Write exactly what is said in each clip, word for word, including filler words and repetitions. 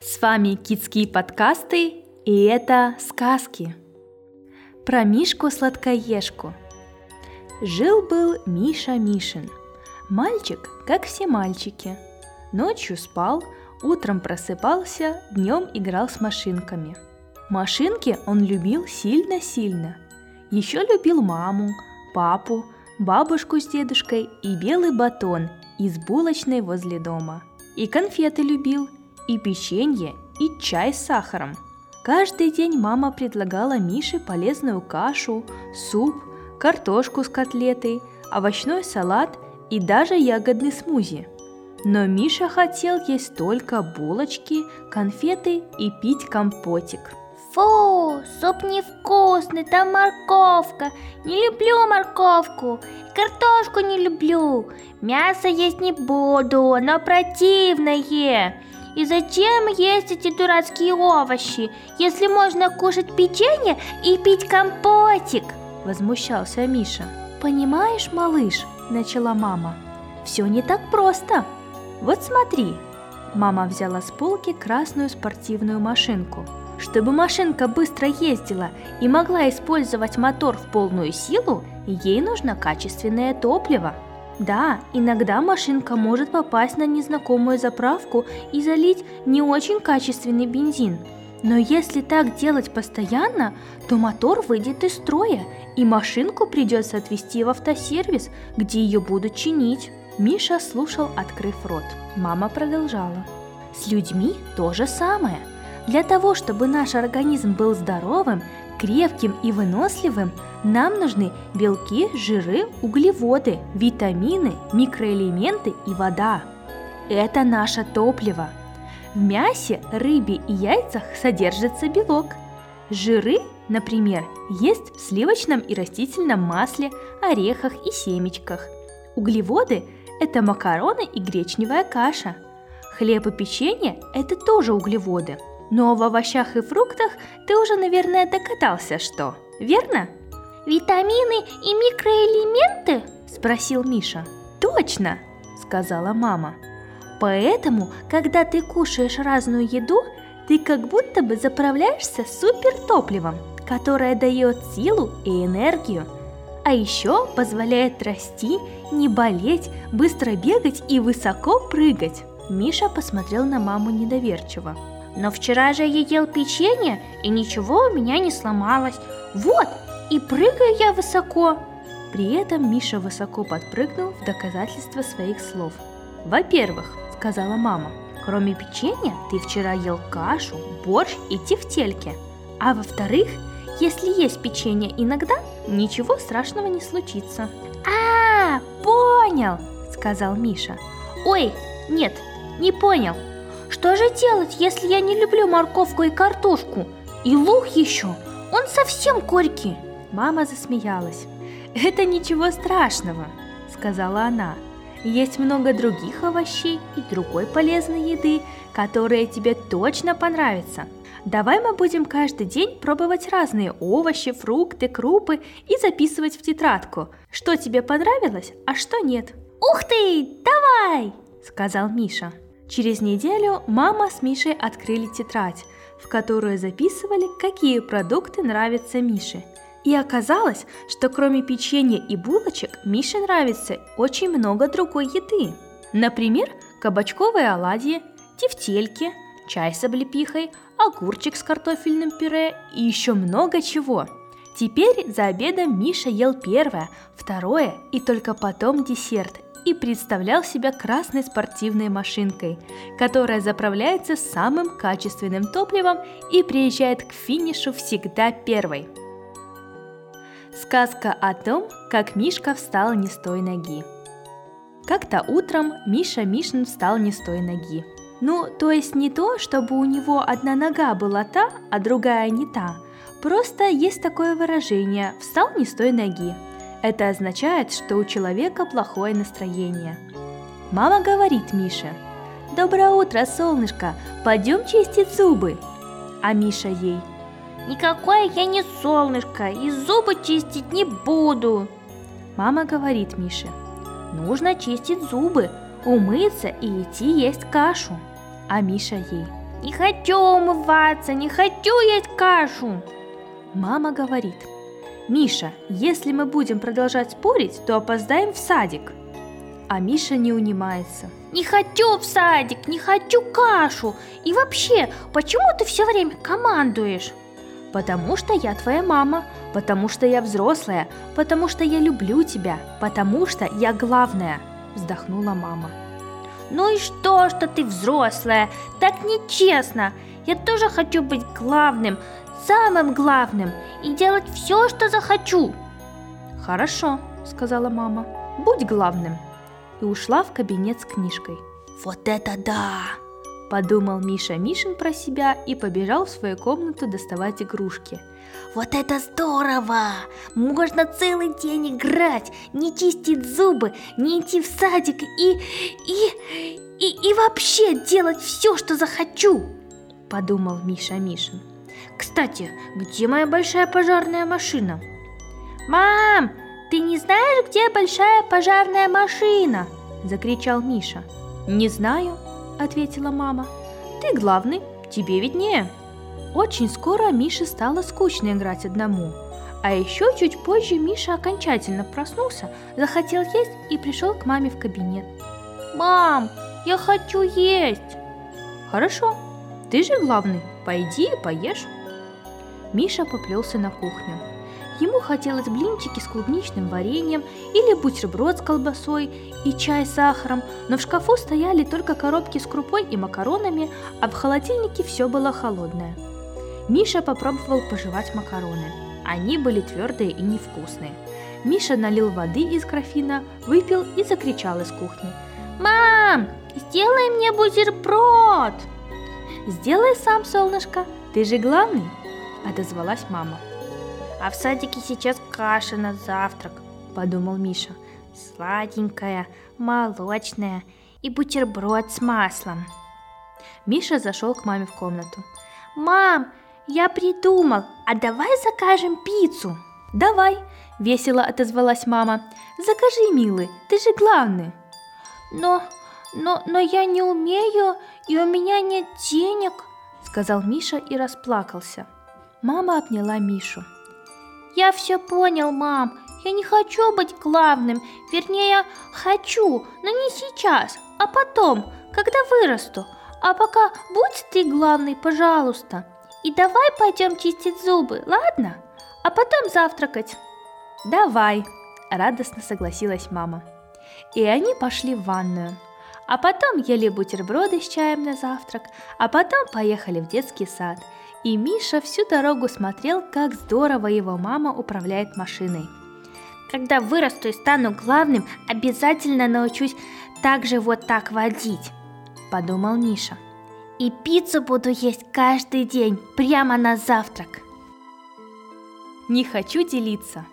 С вами Кидские подкасты, и это сказки. Про Мишку-сладкоежку. Жил-был Миша Мишин. Мальчик, как все мальчики. Ночью спал, утром просыпался, днем играл с машинками. Машинки он любил сильно-сильно. Еще любил маму, папу, бабушку с дедушкой и белый батон из булочной возле дома. И конфеты любил, и печенье, и чай с сахаром. Каждый день мама предлагала Мише полезную кашу, суп, картошку с котлетой, овощной салат и даже ягодный смузи. Но Миша хотел есть только булочки, конфеты и пить компотик. Фу, суп невкусный, там морковка. Не люблю морковку. Картошку не люблю. Мясо есть не буду, оно противное. И зачем есть эти дурацкие овощи, если можно кушать печенье и пить компотик? Возмущался Миша. Понимаешь, малыш, начала мама, все не так просто. Вот смотри. Мама взяла с полки красную спортивную машинку. Чтобы машинка быстро ездила и могла использовать мотор в полную силу, ей нужно качественное топливо. Да, иногда машинка может попасть на незнакомую заправку и залить не очень качественный бензин. Но если так делать постоянно, то мотор выйдет из строя, и машинку придется отвезти в автосервис, где ее будут чинить. Миша слушал, открыв рот. Мама продолжала. С людьми то же самое. Для того, чтобы наш организм был здоровым, крепким и выносливым, нам нужны белки, жиры, углеводы, витамины, микроэлементы и вода. Это наше топливо. В мясе, рыбе и яйцах содержится белок. Жиры, например, есть в сливочном и растительном масле, орехах и семечках. Углеводы – это макароны и гречневая каша. Хлеб и печенье – это тоже углеводы. Но в овощах и фруктах ты уже, наверное, догадался, что, верно? Витамины и микроэлементы? Спросил Миша. Точно, сказала мама. Поэтому, когда ты кушаешь разную еду, ты как будто бы заправляешься супертопливом, которое дает силу и энергию. А еще позволяет расти, не болеть, быстро бегать и высоко прыгать. Миша посмотрел на маму недоверчиво. Но вчера же я ел печенье, и ничего у меня не сломалось. Вот, и прыгаю я высоко. При этом Миша высоко подпрыгнул в доказательство своих слов. Во-первых, сказала мама, кроме печенья ты вчера ел кашу, борщ и тефтельки. А во-вторых, если есть печенье иногда, ничего страшного не случится. А, понял, сказал Миша. Ой, нет, не понял. Что же делать, если я не люблю морковку и картошку? И лук еще, он совсем горький. Мама засмеялась. Это ничего страшного, сказала она. Есть много других овощей и другой полезной еды, которые тебе точно понравятся. Давай мы будем каждый день пробовать разные овощи, фрукты, крупы и записывать в тетрадку, что тебе понравилось, а что нет. Ух ты, давай, сказал Миша. Через неделю мама с Мишей открыли тетрадь, в которую записывали, какие продукты нравятся Мише. И оказалось, что кроме печенья и булочек Мише нравится очень много другой еды. Например, кабачковые оладьи, тефтельки, чай с облепихой, огурчик с картофельным пюре и еще много чего. Теперь за обедом Миша ел первое, второе и только потом десерт. И представлял себя красной спортивной машинкой, которая заправляется самым качественным топливом и приезжает к финишу всегда первой. Сказка о том, как Мишка встал не с той ноги. Как-то утром Миша Мишин встал не с той ноги. Ну, то есть не то, чтобы у него одна нога была та, а другая не та. Просто есть такое выражение «встал не с той ноги». Это означает, что у человека плохое настроение. Мама говорит Мише: «Доброе утро, солнышко, пойдем чистить зубы». А Миша ей: «Никакое я не солнышко, и зубы чистить не буду». Мама говорит Мише: «Нужно чистить зубы, умыться и идти есть кашу». А Миша ей: Не хочу умываться, не хочу есть кашу. Мама говорит: Миша, если мы будем продолжать спорить, то опоздаем в садик. А Миша не унимается. Не хочу в садик, не хочу кашу. И вообще, почему ты все время командуешь? Потому что я твоя мама, потому что я взрослая, потому что я люблю тебя, потому что я главная, вздохнула мама. Ну и что, что ты взрослая? Так нечестно. Я тоже хочу быть главным, самым главным, и делать все, что захочу. Хорошо, сказала мама, будь главным. И ушла в кабинет с книжкой. Вот это да! Подумал Миша Мишин про себя и побежал в свою комнату доставать игрушки. Вот это здорово! Можно целый день играть, не чистить зубы, не идти в садик и... и... и, и вообще делать все, что захочу! Подумал Миша Мишин. Кстати, где моя большая пожарная машина? Мам, ты не знаешь, где большая пожарная машина? Закричал Миша. Не знаю, ответила мама. Ты главный, тебе виднее. Очень скоро Мише стало скучно играть одному. А еще чуть позже Миша окончательно проснулся, захотел есть и пришел к маме в кабинет. Мам, я хочу есть. Хорошо, ты же главный, пойди и поешь. Миша поплелся на кухню. Ему хотелось блинчики с клубничным вареньем или бутерброд с колбасой и чай с сахаром, но в шкафу стояли только коробки с крупой и макаронами, а в холодильнике все было холодное. Миша попробовал пожевать макароны. Они были твердые и невкусные. Миша налил воды из графина, выпил и закричал из кухни. «Мам, сделай мне бутерброд!» «Сделай сам, солнышко, ты же главный!» – отозвалась мама. А в садике сейчас каша на завтрак, подумал Миша. Сладенькая, молочная и бутерброд с маслом. Миша зашел к маме в комнату. Мам, я придумал, а давай закажем пиццу? Давай, весело отозвалась мама. Закажи, милый, ты же главный. Но, но, но я не умею, и у меня нет денег, сказал Миша и расплакался. Мама обняла Мишу. Я все понял, мам. Я не хочу быть главным. Вернее, хочу, но не сейчас, а потом, когда вырасту. А пока будь ты главный, пожалуйста. И давай пойдем чистить зубы, ладно? А потом завтракать. Давай, радостно согласилась мама. И они пошли в ванную. А потом ели бутерброды с чаем на завтрак, а потом поехали в детский сад. И Миша всю дорогу смотрел, как здорово его мама управляет машиной. Когда вырасту и стану главным, обязательно научусь также вот так водить, подумал Миша. И пиццу буду есть каждый день, прямо на завтрак. Не хочу делиться.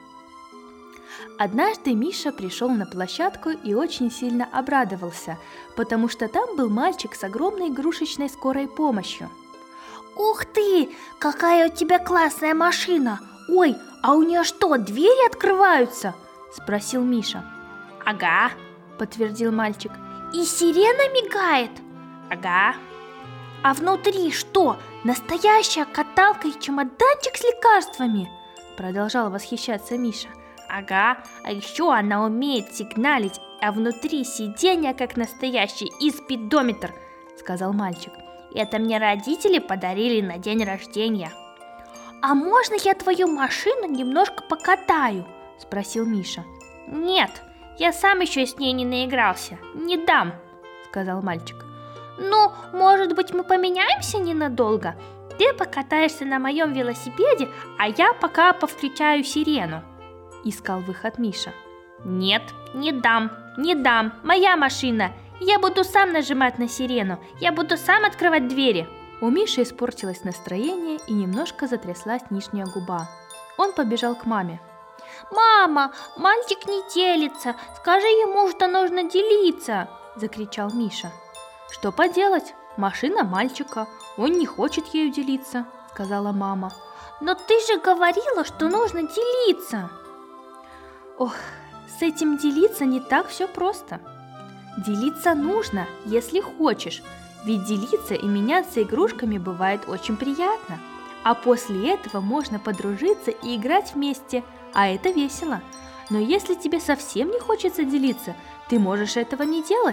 Однажды Миша пришел на площадку и очень сильно обрадовался, потому что там был мальчик с огромной игрушечной скорой помощью. Ух ты, какая у тебя классная машина! Ой, а у нее что, двери открываются? Спросил Миша. Ага, подтвердил мальчик. И сирена мигает? Ага. А внутри что, настоящая каталка и чемоданчик с лекарствами? Продолжал восхищаться Миша. Ага, а еще она умеет сигналить, а внутри сиденье как настоящий и спидометр, сказал мальчик. Это мне родители подарили на день рождения. А можно я твою машину немножко покатаю? Спросил Миша. Нет, я сам еще с ней не наигрался, не дам, сказал мальчик. Ну, может быть, мы поменяемся ненадолго? Ты покатаешься на моем велосипеде, а я пока повключаю сирену. Искал выход Миша. Нет, не дам, не дам, моя машина. Я буду сам нажимать на сирену, я буду сам открывать двери. У Миши испортилось настроение и немножко затряслась нижняя губа. Он побежал к маме. «Мама, мальчик не делится, скажи ему, что нужно делиться!» – закричал Миша. «Что поделать? Машина мальчика, он не хочет ею делиться», – сказала мама. «Но ты же говорила, что нужно делиться!» «Ох, с этим делиться не так все просто. Делиться нужно, если хочешь. Ведь делиться и меняться игрушками бывает очень приятно. А после этого можно подружиться и играть вместе, а это весело. Но если тебе совсем не хочется делиться, ты можешь этого не делать.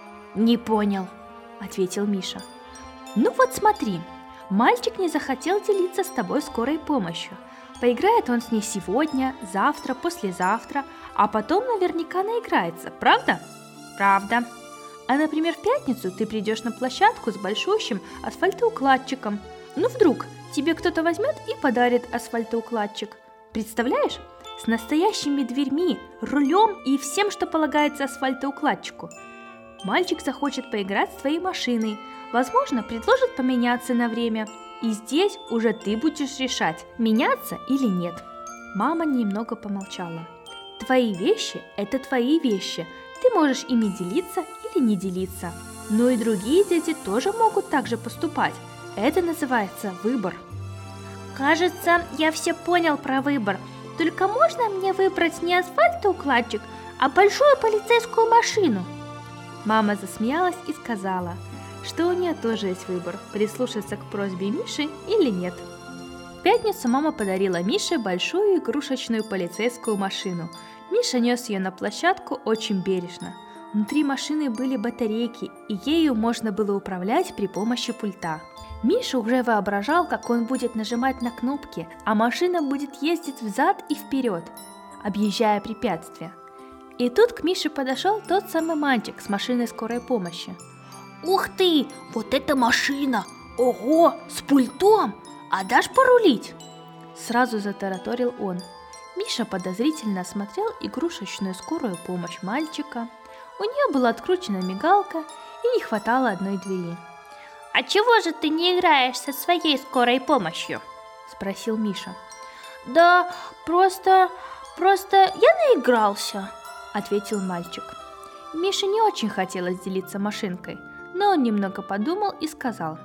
Не понял, ответил Миша. Ну вот смотри, мальчик не захотел делиться с тобой скорой помощью. Поиграет он с ней сегодня, завтра, послезавтра, а потом наверняка наиграется, правда? Правда. А, например, в пятницу ты придешь на площадку с большущим асфальтоукладчиком. Ну вдруг тебе кто-то возьмет и подарит асфальтоукладчик. Представляешь? С настоящими дверьми, рулем и всем, что полагается асфальтоукладчику. Мальчик захочет поиграть с твоей машиной, возможно, предложит поменяться на время. И здесь уже ты будешь решать, меняться или нет. Мама немного помолчала. Твои вещи – это твои вещи. Ты можешь ими делиться или не делиться. Но и другие дети тоже могут так же поступать. Это называется выбор. Кажется, я все понял про выбор. Только можно мне выбрать не асфальтоукладчик, а большую полицейскую машину? Мама засмеялась и сказала, что у нее тоже есть выбор, прислушаться к просьбе Миши или нет. В пятницу мама подарила Мише большую игрушечную полицейскую машину. Миша нес ее на площадку очень бережно. Внутри машины были батарейки, и ею можно было управлять при помощи пульта. Миша уже воображал, как он будет нажимать на кнопки, а машина будет ездить взад и вперед, объезжая препятствия. И тут к Мише подошел тот самый мальчик с машиной скорой помощи. Ух ты, вот эта машина! Ого, с пультом! А дашь порулить? Сразу затараторил он. Миша подозрительно осмотрел игрушечную скорую помощь мальчика. У нее была откручена мигалка и не хватало одной двери. «А чего же ты не играешь со своей скорой помощью?» – спросил Миша. «Да просто, просто я наигрался», – ответил мальчик. Мише не очень хотелось делиться машинкой, но он немного подумал и сказал: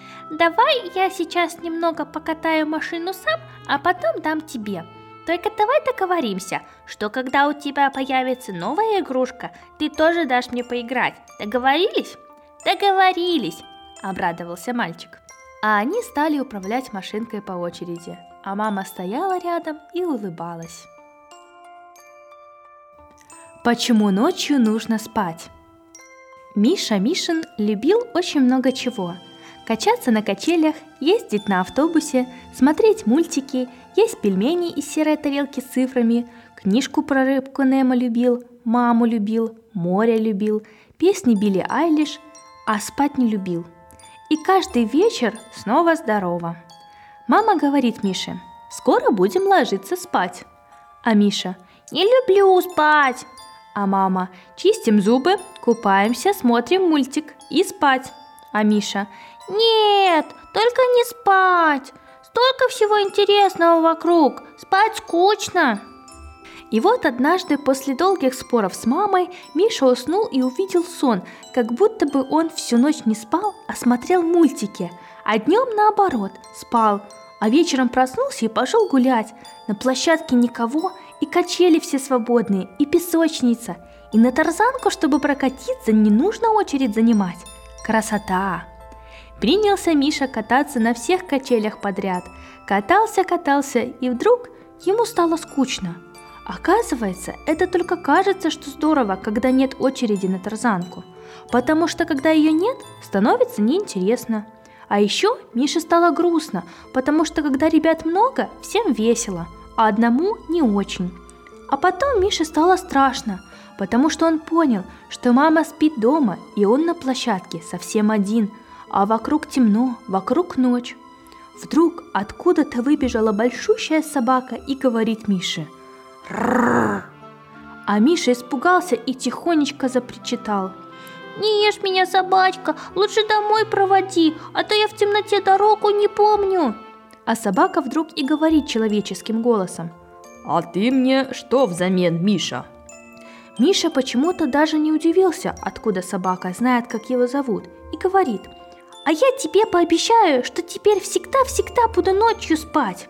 «Давай я сейчас немного покатаю машину сам, а потом дам тебе. Только давай договоримся, что когда у тебя появится новая игрушка, ты тоже дашь мне поиграть. Договорились?» «Договорились!» – обрадовался мальчик. А они стали управлять машинкой по очереди, а мама стояла рядом и улыбалась. Почему ночью нужно спать? Миша Мишин любил очень много чего. Качаться на качелях, ездить на автобусе, смотреть мультики, есть пельмени из серой тарелки с цифрами, книжку про рыбку Немо любил, маму любил, море любил, песни Билли Айлиш, а спать не любил. И каждый вечер снова здорово. Мама говорит Мише: «Скоро будем ложиться спать». А Миша: «Не люблю спать». А мама: «Чистим зубы, купаемся, смотрим мультик и спать». А Миша: «Нет, только не спать. Столько всего интересного вокруг. Спать скучно». И вот однажды после долгих споров с мамой Миша уснул и увидел сон, как будто бы он всю ночь не спал, а смотрел мультики, а днем наоборот спал, а вечером проснулся и пошел гулять. На площадке никого, и качели все свободные, и песочница, и на тарзанку, чтобы прокатиться, не нужно очередь занимать. Красота! Принялся Миша кататься на всех качелях подряд. Катался-катался, и вдруг ему стало скучно. Оказывается, это только кажется, что здорово, когда нет очереди на тарзанку. Потому что когда ее нет, становится неинтересно. А еще Мише стало грустно, потому что когда ребят много, всем весело, а одному не очень. А потом Мише стало страшно, потому что он понял, что мама спит дома, и он на площадке совсем один, а вокруг темно, вокруг ночь. Вдруг откуда-то выбежала большущая собака и говорит Мише: «Рррррр!» А Миша испугался и тихонечко запричитал: «Не ешь меня, собачка, лучше домой проводи, а то я в темноте дорогу не помню». А собака вдруг и говорит человеческим голосом: «А ты мне что взамен, Миша?» Миша почему-то даже не удивился, откуда собака знает, как его зовут, и говорит: «А я тебе пообещаю, что теперь всегда-всегда буду ночью спать».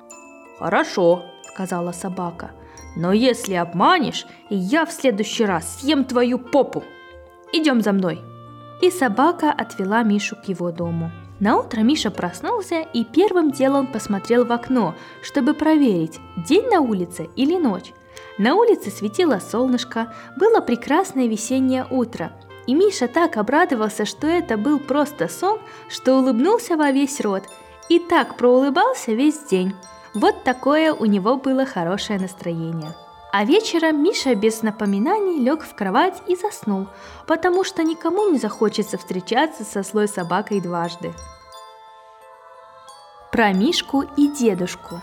«Хорошо», — сказала собака, «но если обманешь, я в следующий раз съем твою попу. Идем за мной». И собака отвела Мишу к его дому. Наутро Миша проснулся и первым делом посмотрел в окно, чтобы проверить, день на улице или ночь. На улице светило солнышко, было прекрасное весеннее утро. И Миша так обрадовался, что это был просто сон, что улыбнулся во весь рот. И так проулыбался весь день. Вот такое у него было хорошее настроение. А вечером Миша без напоминаний лег в кровать и заснул, потому что никому не захочется встречаться со злой собакой дважды. Про Мишку и дедушку.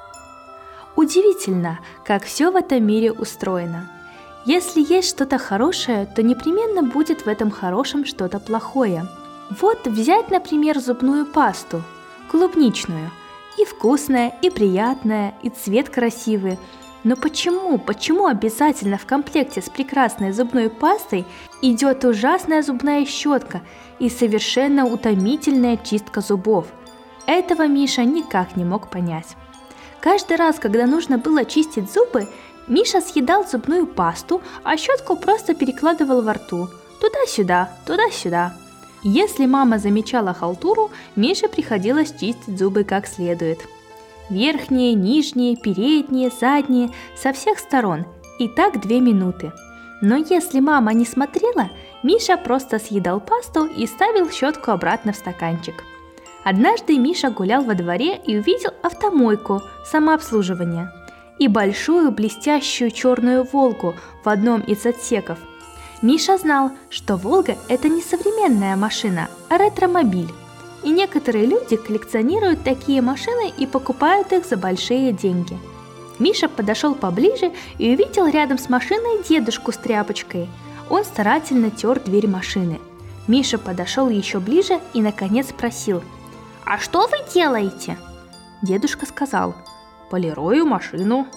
Удивительно, как все в этом мире устроено. Если есть что-то хорошее, то непременно будет в этом хорошем что-то плохое. Вот взять, например, зубную пасту, клубничную. И вкусная, и приятная, и цвет красивый. Но почему, почему обязательно в комплекте с прекрасной зубной пастой идет ужасная зубная щетка и совершенно утомительная чистка зубов? Этого Миша никак не мог понять. Каждый раз, когда нужно было чистить зубы, Миша съедал зубную пасту, а щетку просто перекладывал во рту. Туда-сюда, туда-сюда. Если мама замечала халтуру, Мише приходилось чистить зубы как следует. Верхние, нижние, передние, задние, со всех сторон. И так две минуты. Но если мама не смотрела, Миша просто съедал пасту и ставил щетку обратно в стаканчик. Однажды Миша гулял во дворе и увидел автомойку, самообслуживание, и большую блестящую черную «Волгу» в одном из отсеков. Миша знал, что «Волга» – это не современная машина, а ретромобиль. И некоторые люди коллекционируют такие машины и покупают их за большие деньги. Миша подошел поближе и увидел рядом с машиной дедушку с тряпочкой. Он старательно тер дверь машины. Миша подошел еще ближе и наконец спросил: «А что вы делаете?» Дедушка сказал: «Полирую машину».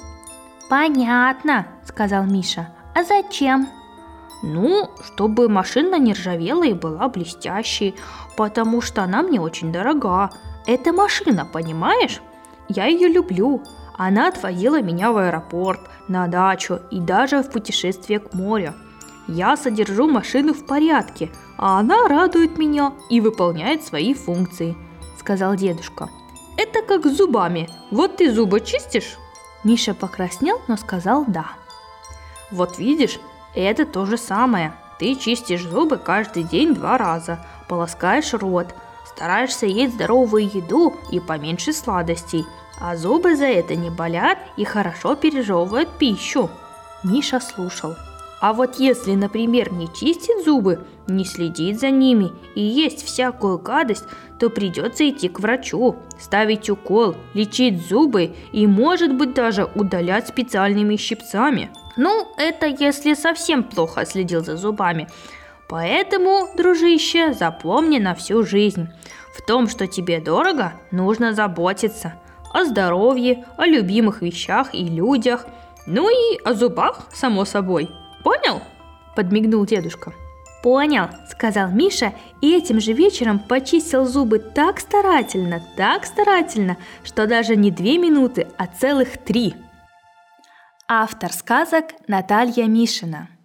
«Понятно», — сказал Миша. «А зачем?» «Ну, чтобы машина не ржавела и была блестящей, потому что она мне очень дорога. Это машина, понимаешь? Я ее люблю. Она отвозила меня в аэропорт, на дачу и даже в путешествие к морю. Я содержу машину в порядке, а она радует меня и выполняет свои функции», — сказал дедушка. «Это как с зубами. Вот ты зубы чистишь?» Миша покраснел, но сказал «да». «Вот видишь, это то же самое. Ты чистишь зубы каждый день два раза, полоскаешь рот, стараешься есть здоровую еду и поменьше сладостей, а зубы за это не болят и хорошо пережевывают пищу». Миша слушал. А вот если, например, не чистить зубы, не следить за ними и есть всякую гадость, то придется идти к врачу, ставить укол, лечить зубы и, может быть, даже удалять специальными щипцами. Ну, это если совсем плохо следил за зубами. Поэтому, дружище, запомни на всю жизнь: в том, что тебе дорого, нужно заботиться. О здоровье, о любимых вещах и людях, ну и о зубах, само собой. Понял? Подмигнул дедушка. «Понял», — сказал Миша, и этим же вечером почистил зубы так старательно, так старательно, что даже не две минуты, а целых три. Автор сказок Наталья Мишина.